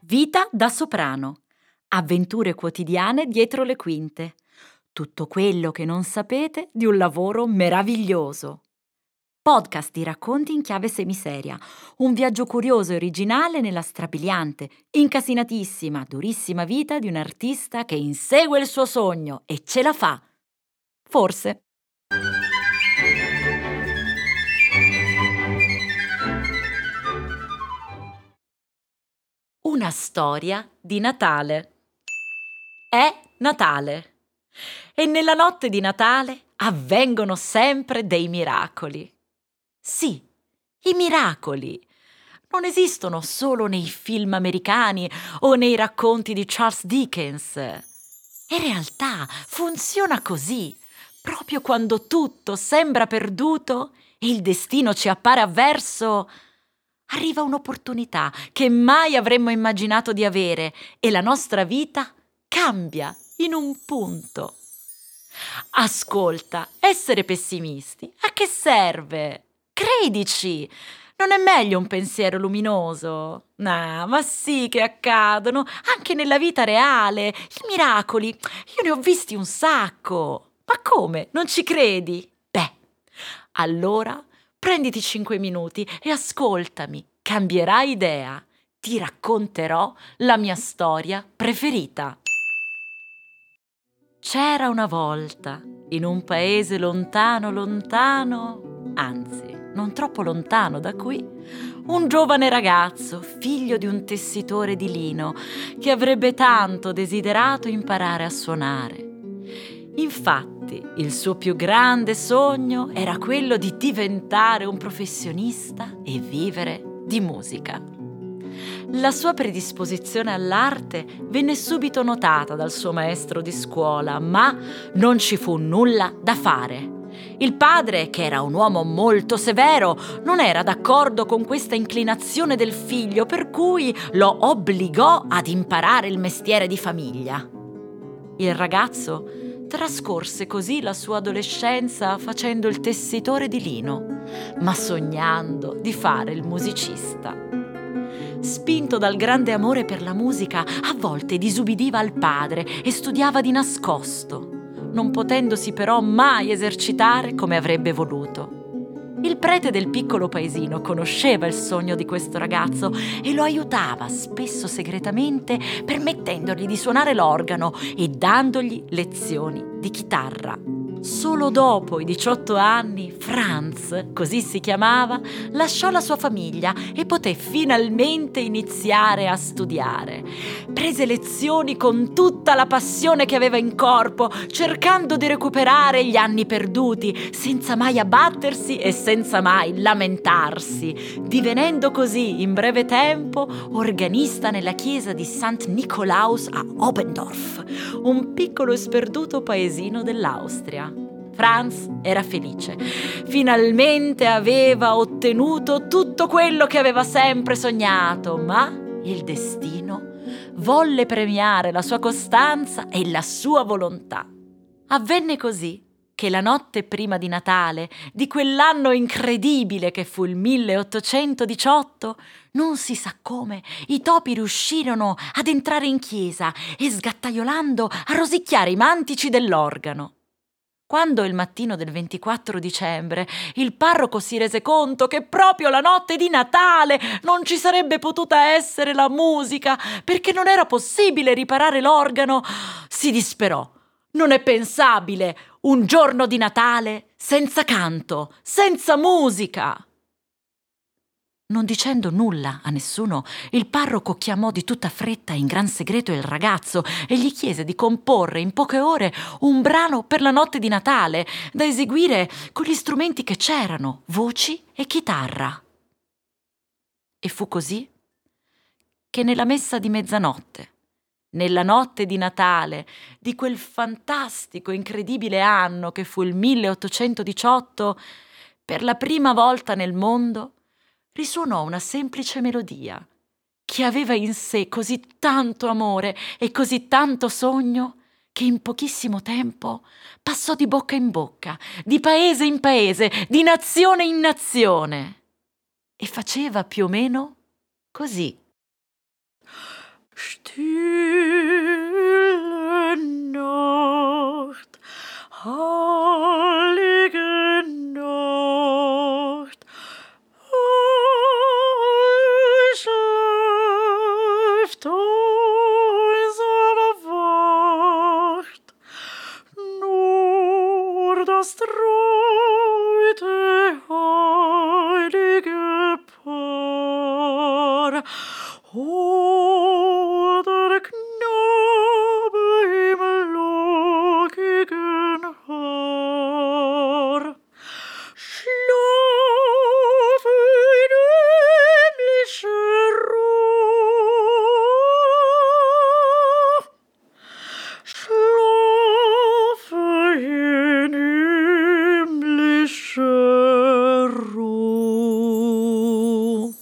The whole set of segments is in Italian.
Vita da soprano. Avventure quotidiane dietro le quinte. Tutto quello che non sapete di un lavoro meraviglioso. Podcast di racconti in chiave semiseria. Un viaggio curioso e originale nella strabiliante, incasinatissima, durissima vita di un artista che insegue il suo sogno e ce la fa. Forse. Una storia di Natale. È Natale. E nella notte di Natale avvengono sempre dei miracoli. Sì, i miracoli. Non esistono solo nei film americani o nei racconti di Charles Dickens. In realtà funziona così, proprio quando tutto sembra perduto e il destino ci appare avverso. Arriva un'opportunità che mai avremmo immaginato di avere e la nostra vita cambia in un punto. Ascolta, essere pessimisti, a che serve? Credici, non è meglio un pensiero luminoso? No, ma sì che accadono, anche nella vita reale, i miracoli, io ne ho visti un sacco. Ma come, non ci credi? Beh, allora prenditi 5 minuti e ascoltami, cambierai idea. Ti racconterò la mia storia preferita. C'era una volta, in un paese lontano, lontano, anzi, non troppo lontano da qui, un giovane ragazzo, figlio di un tessitore di lino, che avrebbe tanto desiderato imparare a suonare. Infatti, il suo più grande sogno era quello di diventare un professionista e vivere di musica. La sua predisposizione all'arte venne subito notata dal suo maestro di scuola, ma non ci fu nulla da fare. Il padre, che era un uomo molto severo, non era d'accordo con questa inclinazione del figlio, per cui lo obbligò ad imparare il mestiere di famiglia. Il ragazzo trascorse così la sua adolescenza facendo il tessitore di lino, ma sognando di fare il musicista. Spinto dal grande amore per la musica, a volte disubbidiva al padre e studiava di nascosto, non potendosi però mai esercitare come avrebbe voluto. Il prete del piccolo paesino conosceva il sogno di questo ragazzo e lo aiutava spesso segretamente, permettendogli di suonare l'organo e dandogli lezioni di chitarra. Solo dopo i 18 anni, Franz, così si chiamava, lasciò la sua famiglia e poté finalmente iniziare a studiare. Prese lezioni con tutta la passione che aveva in corpo, cercando di recuperare gli anni perduti, senza mai abbattersi e senza mai lamentarsi, divenendo così in breve tempo organista nella chiesa di St. Nikolaus a Oberndorf, un piccolo e sperduto paesino dell'Austria. Franz era felice. Finalmente aveva ottenuto tutto quello che aveva sempre sognato, ma il destino volle premiare la sua costanza e la sua volontà. Avvenne così che la notte prima di Natale, di quell'anno incredibile che fu il 1818, non si sa come, i topi riuscirono ad entrare in chiesa e, sgattaiolando, a rosicchiare i mantici dell'organo. Quando il mattino del 24 dicembre il parroco si rese conto che proprio la notte di Natale non ci sarebbe potuta essere la musica perché non era possibile riparare l'organo, si disperò. Non è pensabile un giorno di Natale senza canto, senza musica. Non dicendo nulla a nessuno, il parroco chiamò di tutta fretta e in gran segreto il ragazzo e gli chiese di comporre in poche ore un brano per la notte di Natale, da eseguire con gli strumenti che c'erano, voci e chitarra. E fu così che nella messa di mezzanotte, nella notte di Natale di quel fantastico, incredibile anno che fu il 1818, per la prima volta nel mondo, risuonò una semplice melodia che aveva in sé così tanto amore e così tanto sogno che in pochissimo tempo passò di bocca in bocca, di paese in paese, di nazione in nazione, e faceva più o meno così. Stille Nacht, heilige Nacht, alles schläft, alles aber wacht, nur das treute heilige Paar. Holder Knabe im lockigen Haar, schlafe in himmlischer Ruhe, schlafe in himmlischer Ruhe.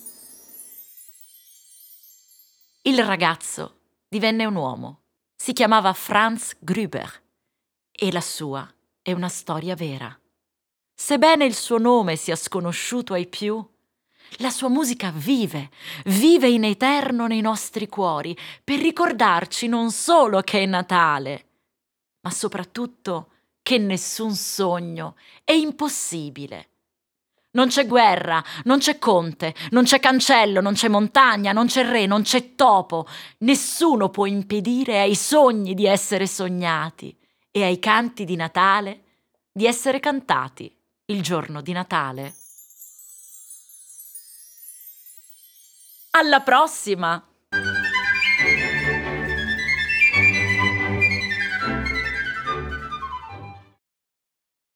Il ragazzo divenne un uomo. Si chiamava Franz Gruber e la sua è una storia vera. Sebbene il suo nome sia sconosciuto ai più, la sua musica vive in eterno nei nostri cuori per ricordarci non solo che è Natale, ma soprattutto che nessun sogno è impossibile. Non c'è guerra, non c'è conte, non c'è cancello, non c'è montagna, non c'è re, non c'è topo. Nessuno può impedire ai sogni di essere sognati e ai canti di Natale di essere cantati il giorno di Natale. Alla prossima!